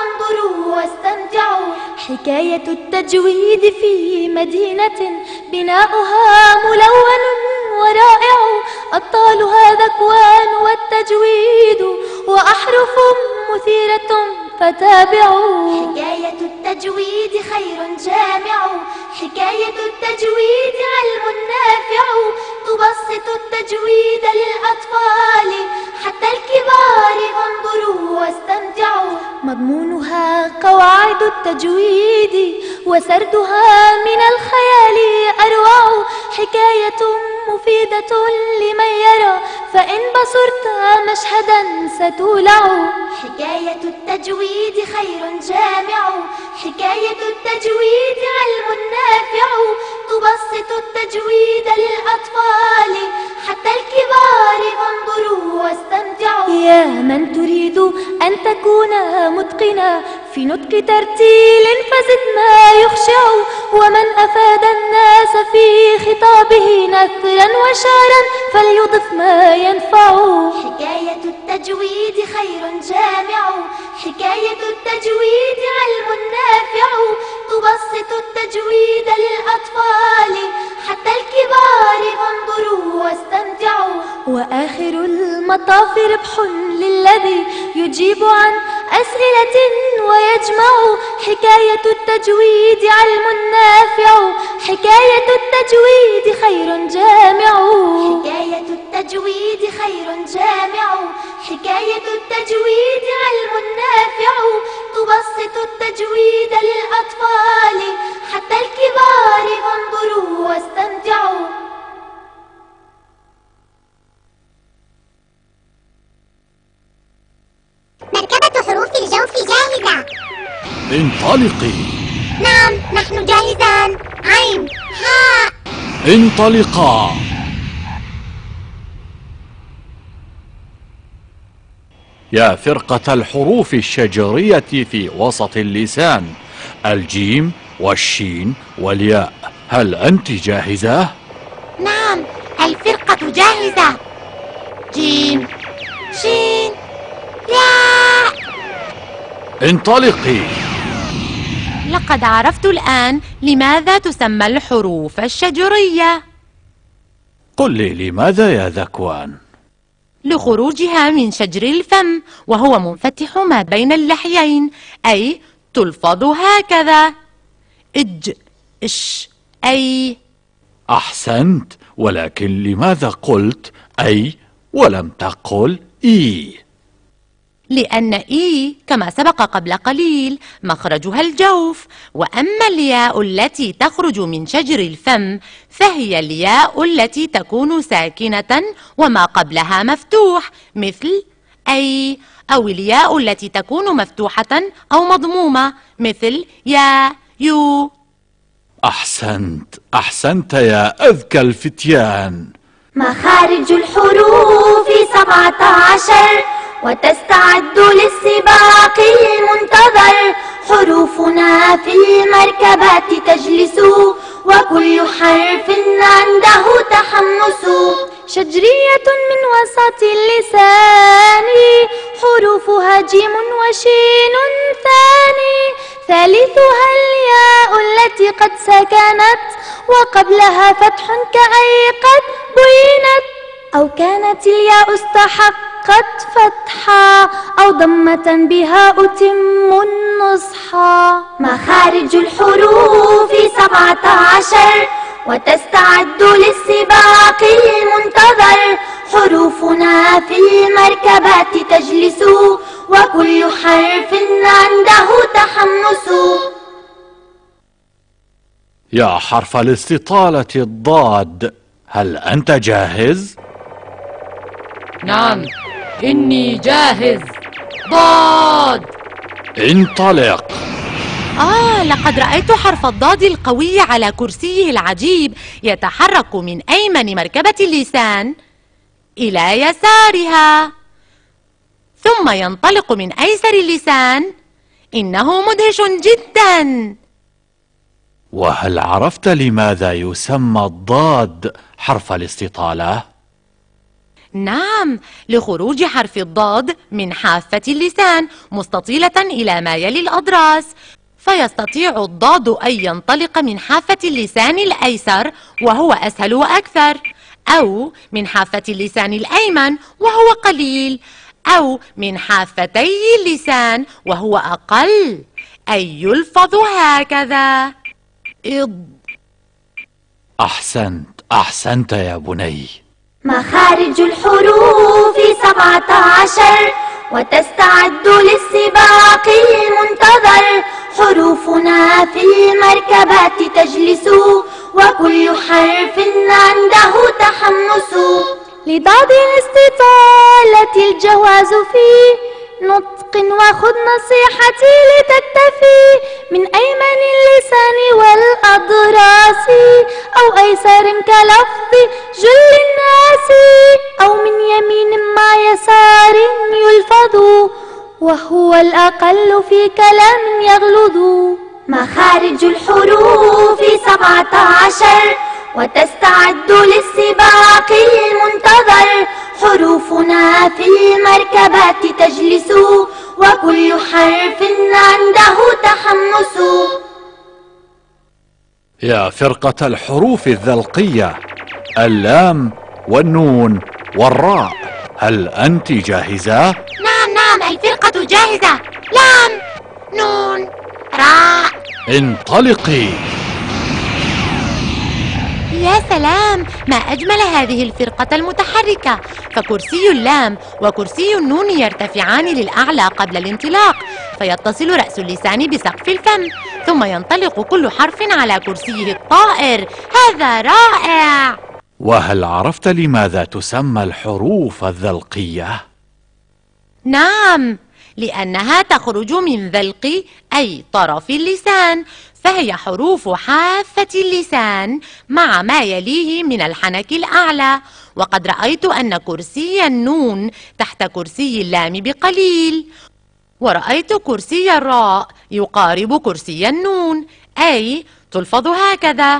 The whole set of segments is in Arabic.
وانظروا واستمتعوا. حكاية التجويد في مدينة بناؤها ملون ورائع، أبطالها ذكوان والتجويد وأحرف مثيرة فتابعوا. حكاية التجويد خير جامع، حكاية التجويد علم نافع، تبسط التجويد للأطفال حتى الكبار، فانظروا واستمتعوا. مضمونها قواعد التجويد وسردها من الخيال أروع، حكاية مفيدة لمن يرى، فإن بصرت مشهدا ستولع. حكاية التجويد خير جامع، حكاية التجويد علم نافع، تبسط التجويد للأطفال حتى الكبار، فانظروا واستمتعوا. يا من تريد أن تكون متقنا في نطق ترتيل فزد ما يخشع، ومن أفاد الناس في خطابه نثرا وشعرا فليضف ما ينفع. حكاية التجويد خير جامع، حكاية التجويد علم نافع، تبسط التجويد للأطفال حتى الكبار، فانظروا واستمتعوا. وآخر المطاف ربح للذي يجيب عن أسئلة ويجمع. حكاية التجويد علم نافع، حكاية التجويد خير جامع. حكاية التجويد خير جامع، حكاية التجويد علم نافع، تبسط التجويد للأطفال حتى الكبار، فانظروا واستمتعوا. مركبة حروف الجوف جاهزة. انطلقي. نعم نحن جاهزان. عين هاء. انطلقا. يا فرقة الحروف الشجرية في وسط اللسان، الجيم والشين والياء، هل أنت جاهزة؟ نعم الفرقة جاهزة. جيم شين ياء. انطلقي. لقد عرفت الآن لماذا تسمى الحروف الشجرية. قل لي لماذا يا ذكوان؟ لخروجها من شجر الفم، وهو منفتح ما بين اللحيين، أي تلفظ هكذا: إج إش أي. أحسنت، ولكن لماذا قلت أي ولم تقل إي؟ لأن إي كما سبق قبل قليل مخرجها الجوف، وأما الياء التي تخرج من شجر الفم فهي الياء التي تكون ساكنة وما قبلها مفتوح، مثل أي، أو الياء التي تكون مفتوحة أو مضمومة، مثل يا يو. أحسنت يا أذكى الفتيان. مخارج الحروف 17 وتستعد للسباق المنتظر. حروفنا في المركبات تجلس وكل حرف عنده تحمس. شجرية من وسط اللسان، حروفها جيم وشين ثاني، ثالثها الياء التي قد سكنت وقبلها فتح كأي قد بينت، أو كانت الياء استحقت فتحا، أو ضمة بها أتم النصحا. مخارج الحروف 17 وتستعد للسباق المنتظر. حروفنا في المركبات تجلس وكل حرف عنده تحمس. يا حرف الاستطالة الضاد، هل أنت جاهز؟ نعم إني جاهز. ضاد. انطلق. لقد رأيت حرف الضاد القوي على كرسيه العجيب يتحرك من أيمن مركبة اللسان إلى يسارها، ثم ينطلق من أيسر اللسان. إنه مدهش جدا. وهل عرفت لماذا يسمى الضاد حرف الاستطالة؟ نعم، لخروج حرف الضاد من حافة اللسان مستطيلة إلى ما يلي الأضراس، فيستطيع الضاد أن ينطلق من حافة اللسان الأيسر وهو أسهل وأكثر، أو من حافة اللسان الأيمن وهو قليل، أو من حافتي اللسان وهو أقل، أي يلفظ هكذا: أحسنت يا بني. مخارج الحروف 17 وتستعد للسباق المنتظر. حروفنا في المركبات تجلس وكل حرف عنده تحمس. لبعض الاستطالة الجواز في نطق وخذ نصيحتي لتكتفي من أيمن اللسان والأضراس أو أيسر كلفظ جل الناس أو من يمين مع يسار يلفظ وهو الأقل في كلام يغلظ. مخارج الحروف 17 وتستعد للسباق المنتظر. حروفنا في المركبات تجلس وكل حرف عنده تحمس. يا فرقة الحروف الذلقية، اللام والنون والراء، هل أنت جاهزة؟ نعم، الفرقة جاهزة. لام، نون، راء. انطلقي. يا سلام، ما أجمل هذه الفرقة المتحركة، فكرسي اللام وكرسي النون يرتفعان للأعلى قبل الانطلاق، فيتصل رأس اللسان بسقف الفم، ثم ينطلق كل حرف على كرسيه الطائر. هذا رائع. وهل عرفت لماذا تسمى الحروف الذلقية؟ نعم، لأنها تخرج من ذلق أي طرف اللسان، فهي حروف حافة اللسان مع ما يليه من الحنك الأعلى. وقد رأيت أن كرسي النون تحت كرسي اللام بقليل، ورأيت كرسي الراء يقارب كرسي النون، أي تلفظ هكذا: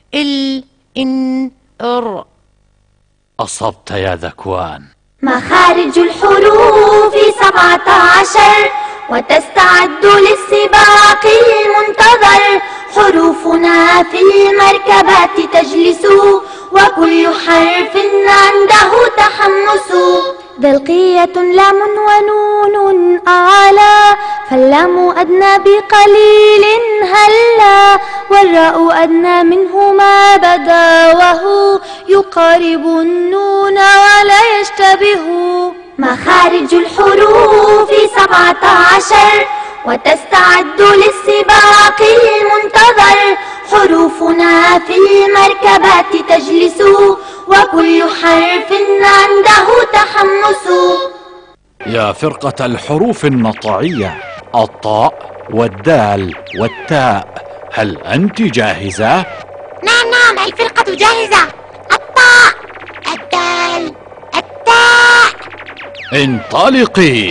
إن ر. أصبت يا ذكوان. مخارج الحروف 17 وتستعد للسباق المنتظر. حروفنا في المركبات تجلس وكل حرف عنده تحمس. ذلقية لام ونون أعلى، فاللام أدنى بقليل هلا، والراء أدنى منهما بدا وهو يقارب النون ولا يشتبه. مخارج الحروف 17 وتستعد للسباق المنتظر. حروفنا في المركبات تجلس وكل حرف عنده تحمس. يا فرقة الحروف النطعية، الطاء والدال والتاء، هل أنت جاهزة؟ نعم، الفرقة جاهزة. الطاء، الدال، التاء. انطلقي.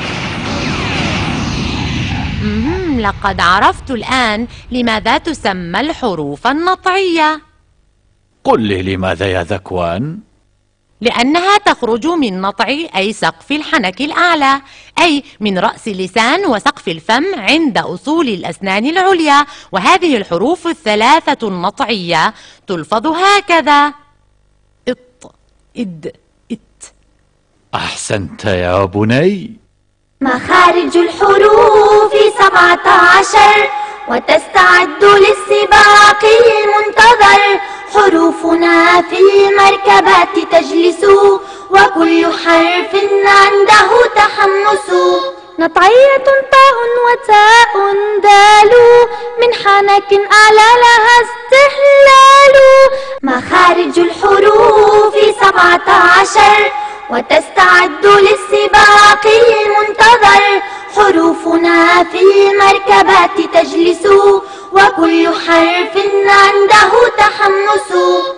لقد عرفت الآن لماذا تسمى الحروف النطعية. قل لي لماذا يا ذكوان؟ لأنها تخرج من نطع أي سقف الحنك الأعلى، أي من رأس اللسان وسقف الفم عند أصول الأسنان العليا. وهذه الحروف الثلاثة النطعية تلفظ هكذا: إط، إد، إت. أحسنت يا بني. مخارج الحروف 17 وتستعد للسباق المنتظر. حروفنا في المركبات تجلس وكل حرف عنده تحمس. نطعية طاء وتاء دال، من حنك أعلى لها استهلال. مخارج الحروف 17 وتستعد للسباق المنتظر. حروفنا في المركبات تجلس وكل حرف عنده تحمس.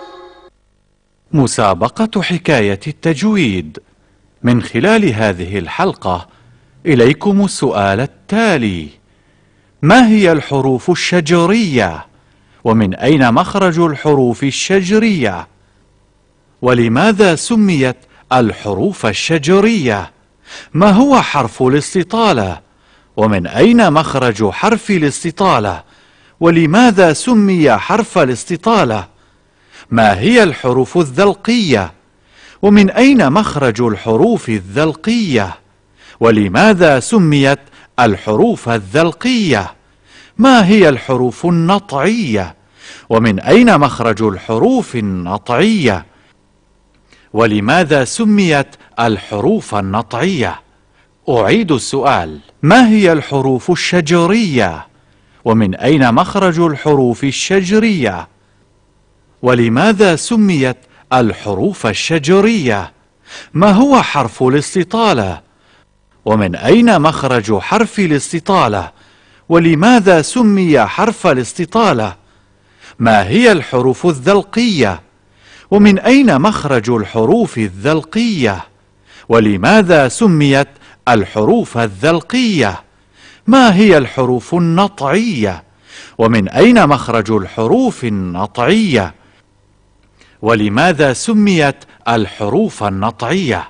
مسابقة حكاية التجويد. من خلال هذه الحلقة إليكم السؤال التالي: ما هي الحروف الشجرية؟ ومن أين مخرج الحروف الشجرية؟ ولماذا سميت الحروف الشجرية؟ ما هو حرف الاستطالة؟ ومن أين مخرج حرف الاستطالة؟ ولماذا سمي حرف الاستطالة؟ ما هي الحروف الذلقية؟ ومن أين مخرج الحروف الذلقية؟ ولماذا سميت الحروف الذلقية؟ ما هي الحروف النطعية؟ ومن أين مخرج الحروف النطعية؟ ولماذا سميت الحروف النطعية؟ أعيد السؤال: ما هي الحروف الشجرية؟ ومن أين مخرج الحروف الشجرية؟ ولماذا سميت الحروف الشجرية؟ ما هو حرف الاستطالة؟ ومن أين مخرج حرف الاستطالة؟ ولماذا سمي حرف الاستطالة؟ ما هي الحروف الذلقية؟ ومن أين مخرج الحروف الذلقية؟ ولماذا سميت الحروف الذلقية؟ ما هي الحروف النطعية؟ ومن أين مخرج الحروف النطعية؟ ولماذا سميت الحروف النطعية؟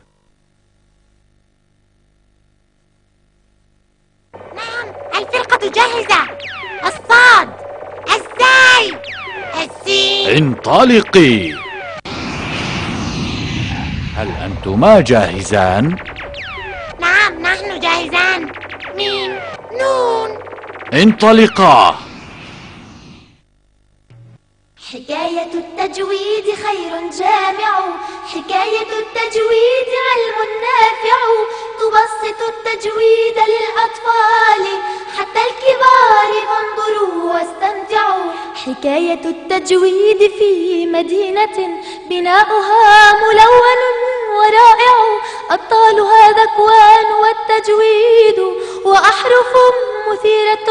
نعم، الفرقة جاهزة. الصاد، الزاي، السين. انطلقي. هل أنتما جاهزان؟ نعم، نحن جاهزان. ميم، نون. انطلقا. حكاية التجويد خير جامع، حكاية التجويد علم نافع، تبسط التجويد للأطفال حتى الكبار فانظروا واستمتعوا. حكاية التجويد في مدينة بناؤها ملون ورائع، أبطالها ذكوان والتجويد وأحرف مثيرة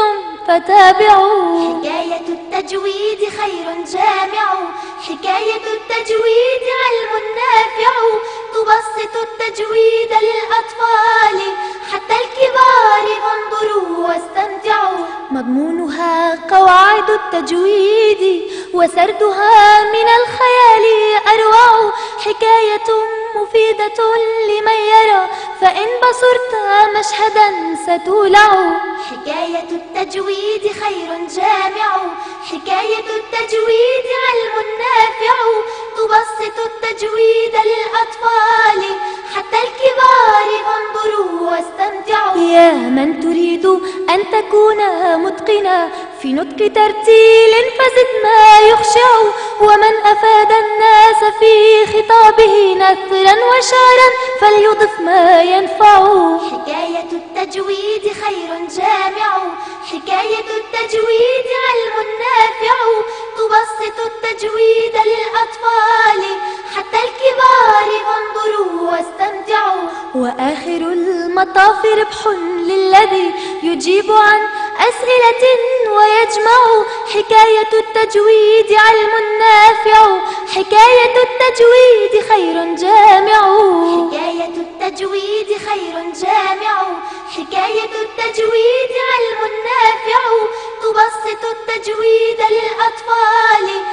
فتابعوا. حكاية التجويد خير جامع، حكاية التجويد علم نافع، تبسط التجويد للأطفال حتى الكبار فانظروا واستمتعوا. مضمونها قواعد التجويد وسردها من الخيال أروع، حكاية مفيدة لمن يرى فإن بصرت مشهدا ستولع. حكاية التجويد خير جامع، حكاية التجويد علم نافع، تبسط التجويد للأطفال حتى الكبار فانظروا واستمتعوا. يا من تريد أن تكون متقنا في نطق ترتيل فزد ما يخشع، ومن أفاد الناس في خطابه نثرا وشعرا فليضف ما ينفع. حكاية التجويد خير جامع، حكاية التجويد علم نافع، تبسط التجويد للأطفال حتى الكبار فانظروا واستمتعوا. وآخر المطاف ربح للذي يجيب عن أسئلة ويجمع. حكاية التجويد علم نافع، حكاية التجويد خير جامع. حكاية التجويد خير جامع، حكاية التجويد علم نافع، تبسط التجويد للأطفال